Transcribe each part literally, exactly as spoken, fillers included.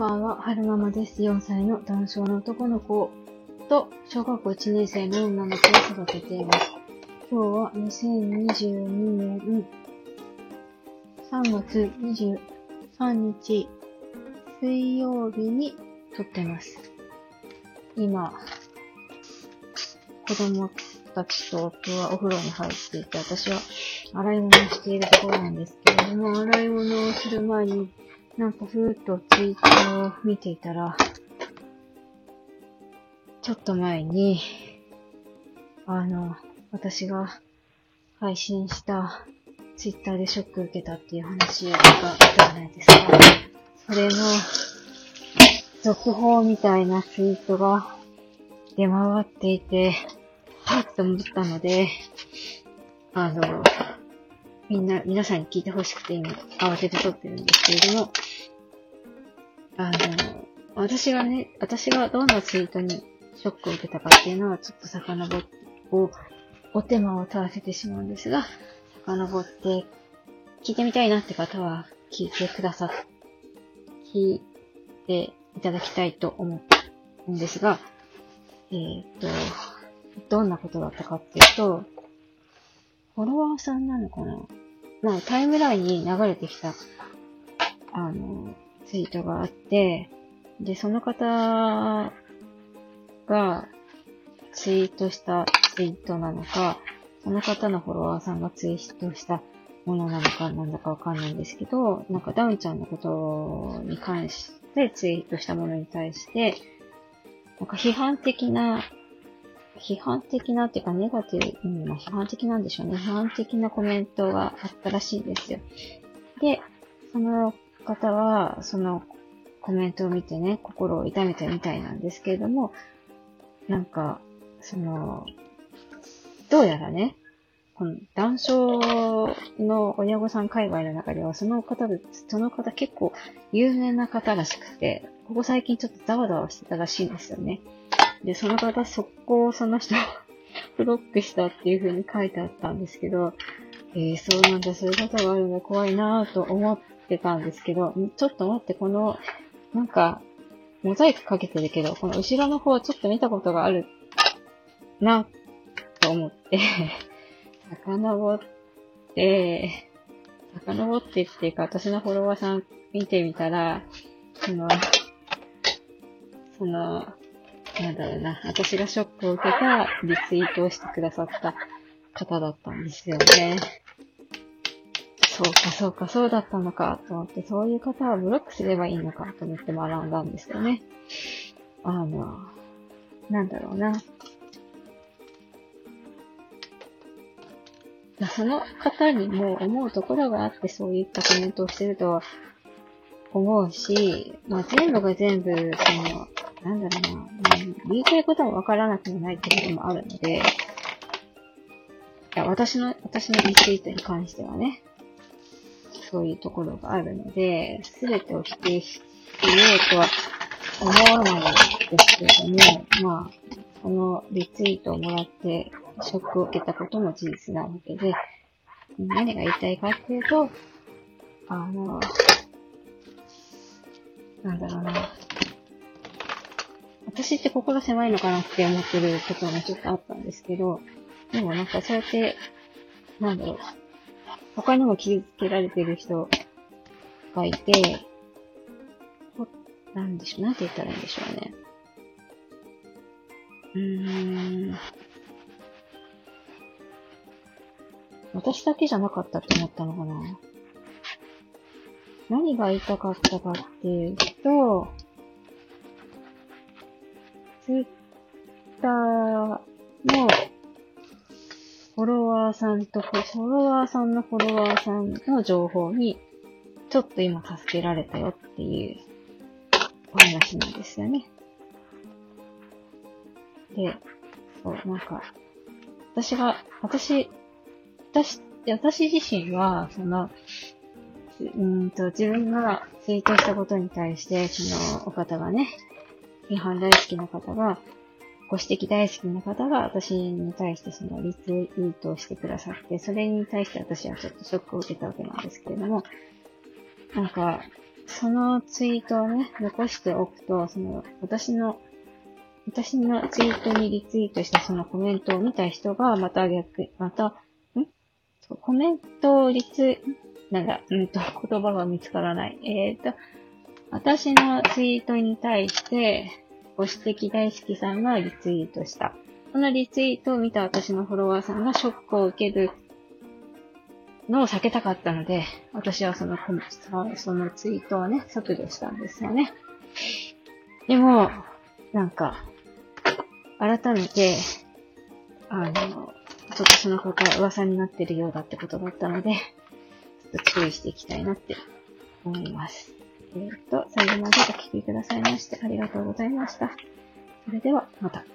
ばんは、はるままです。よんさいの男性の男の子と小学校いちねん生の女の子を育てています。今日はにせんにじゅうにねんさんがつにじゅうさんにち水曜日に撮ってます。今、子供たちと夫はお風呂に入っていて、私は洗い物をしているところなんですけれども、洗い物をする前になんかふーっとツイートを見ていたら、ちょっと前に、あの、私が配信したツイッターでショックを受けたっていう話があったじゃないですか。それの続報みたいなツイートが出回っていて、はいと思ったので、あの、みんな、皆さんに聞いてほしくて今慌てて撮ってるんですけれども、あの、私がね、私がどんなツイートにショックを受けたかっていうのはちょっと遡って、お、お手間を取らせてしまうんですが、遡って聞いてみたいなって方は聞いてくださっ、聞いていただきたいと思うんですが、えー、っと、どんなことだったかっていうと、フォロワーさんなのかな？まあタイムラインに流れてきた、あの、ツイートがあって、で、その方がツイートしたツイートなのか、その方のフォロワーさんがツイートしたものなのかなんだかわかんないんですけど、なんかダウンちゃんのことに関してツイートしたものに対して、なんか批判的な、批判的なっていうかネガティブ、うん、まあ批判的なんでしょうね。批判的なコメントがあったらしいんですよ。で、その方は、そのコメントを見てね、心を痛めたみたいなんですけれども、なんか、その、どうやらね、この男性の親御さん界隈の中では、その方で、その方結構有名な方らしくて、ここ最近ちょっとザワザワしてたらしいんですよね。で、その方速攻その人をブロックしたっていう風に書いてあったんですけど、えー、そうなんだ、そういうことがあるんだ、怖いなぁと思ってたんですけど、ちょっと待って、この、なんか、モザイクかけてるけど、この後ろの方ちょっと見たことがあるなと思って、遡って、遡ってっていうか、私のフォロワーさん見てみたら、その、その、なんだろうな、私がショックを受けたリツイートをしてくださった方だったんですよね。そうか、そうか、そうだったのか、と思って、そういう方はブロックすればいいのか、と思って学んだんですよね。あの、なんだろうな。その方にも思うところがあって、そういったコメントをしてるとは思うし、まあ全部が全部、その、なんだろうな、言いたいこともわからなくもないってこともあるので、いや、私の、私のリツイートに関してはね、そういうところがあるので、すべてを否定しようとは思わないですけれども、まあ、このリツイートをもらってショックを受けたことも事実なわけで、何が言いたいかっていうと、あの、なんだろうな、私って心狭いのかなって思ってるところもちょっとあったんですけど、でもなんかそうやって、なんだろう、他にも傷つけられてる人がいて、なんでしょう、なんて言ったらいいんでしょうね。うーん。私だけじゃなかったって思ったのかな。何が言いたかったかっていうと、ツイッターのフォロワーさんと、フォロワーさんのフォロワーさんの情報に、ちょっと今助けられたよっていうお話なんですよね。で、そう、なんか、私が、私、私、私自身は、その、うんと、自分がツイートしたことに対して、その、お方がね、批判大好きな方が、ご指摘大好きな方が私に対してそのリツイートをしてくださって、それに対して私はちょっとショックを受けたわけなんですけれども、なんか、 そのツイートをね、残しておくと、その、私の、私のツイートにリツイートしたそのコメントを見た人が、また逆、また、んそうコメントをリツイ、なんだ、うんと、言葉が見つからない。えーと、私のツイートに対して、ご指摘大好きさんがリツイートした。そのリツイートを見た私のフォロワーさんがショックを受けるのを避けたかったので、私はその、そのツイートをね、削除したんですよね。でも、なんか、改めて、あの、ちょっとそのことは噂になってるようだってことだったので、ちょっと注意していきたいなって思います。えっと、最後までお聞きくださいましてありがとうございました。それでは、また。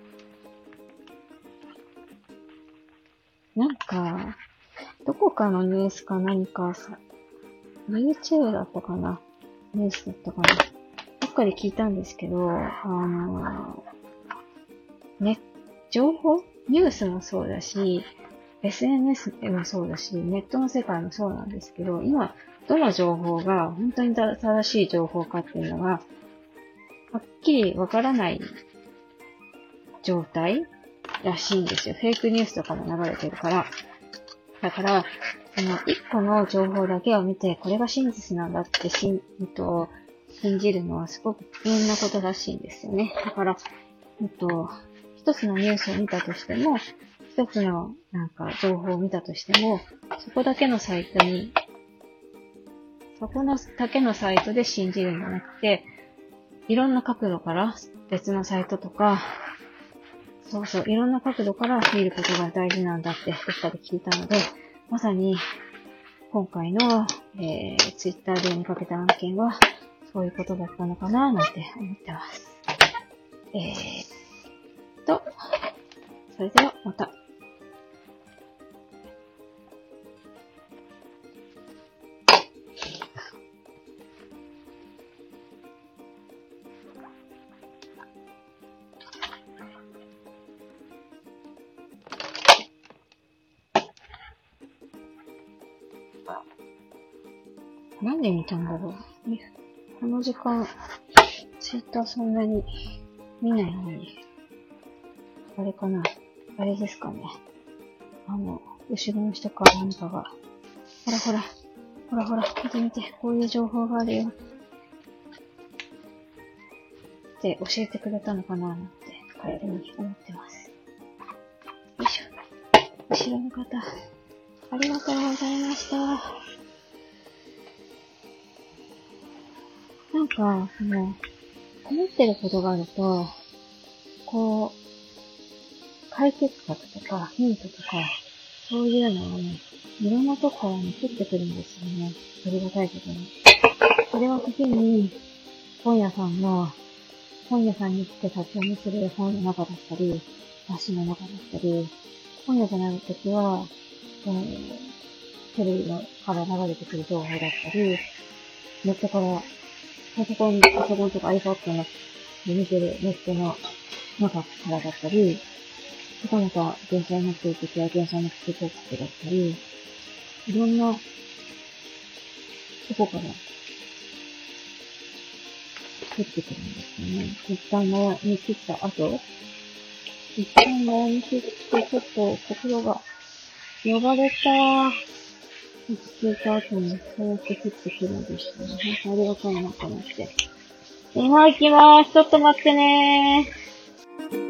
なんか、どこかのニュースか何かさ、YouTube だったかなニュースだったかなどっかで聞いたんですけど、あの、ね、情報ニュースもそうだし、エスエヌエス もそうだし、ネットの世界もそうなんですけど、今、どの情報が本当に正しい情報かっていうのが、はっきりわからない状態らしいんですよ。フェイクニュースとかも流れてるから。だから、その一個の情報だけを見て、これが真実なんだってしん、えっと、信じるのはすごく危険なことらしいんですよね。だから、えっと、一つのニュースを見たとしても、一つのなんか情報を見たとしても、そこだけのサイトに、そこのだけのサイトで信じるんじゃなくて、いろんな角度から別のサイトとか、そうそう、いろんな角度から見ることが大事なんだってどっかで聞いたので、まさに今回の、えー、ツイッターで見かけた案件はそういうことだったのかななんて思ってます。えーと、それではまた。なんで見たんだろう。この時間、ツイッターそんなに見ないのに。あれかな。あれですかね。あの、後ろの人か何かが、ほらほら、ほらほら、見て見て、こういう情報があるよ。って教えてくれたのかななんて、勝手に思ってます。よいしょ。後ろの方、ありがとうございました。なんか、その、思ってることがあると、こう、解決策とかヒントとか、そういうのをね、いろんなところに降ってくるんですよね。ありがたいことに。それは時に、本屋さんの、本屋さんに来て立ち読みする本の中だったり、雑誌の中だったり、本屋じゃないときは、えー、テレビのから流れてくる情報だったり、ネットから、パソコン、パソコンとか iPad の見てるネットの中からだったり、またまた電車に乗ってるときは電車の付けトップだったり、いろんなとこから降ってくるんですよね。一旦悩み切った後、一旦悩み切ってちょっと心が呼ばれた落ち着いた後にそうやって降ってくるんですよね。本当ありがたいなと思って。今行きまーす。ちょっと待ってねー。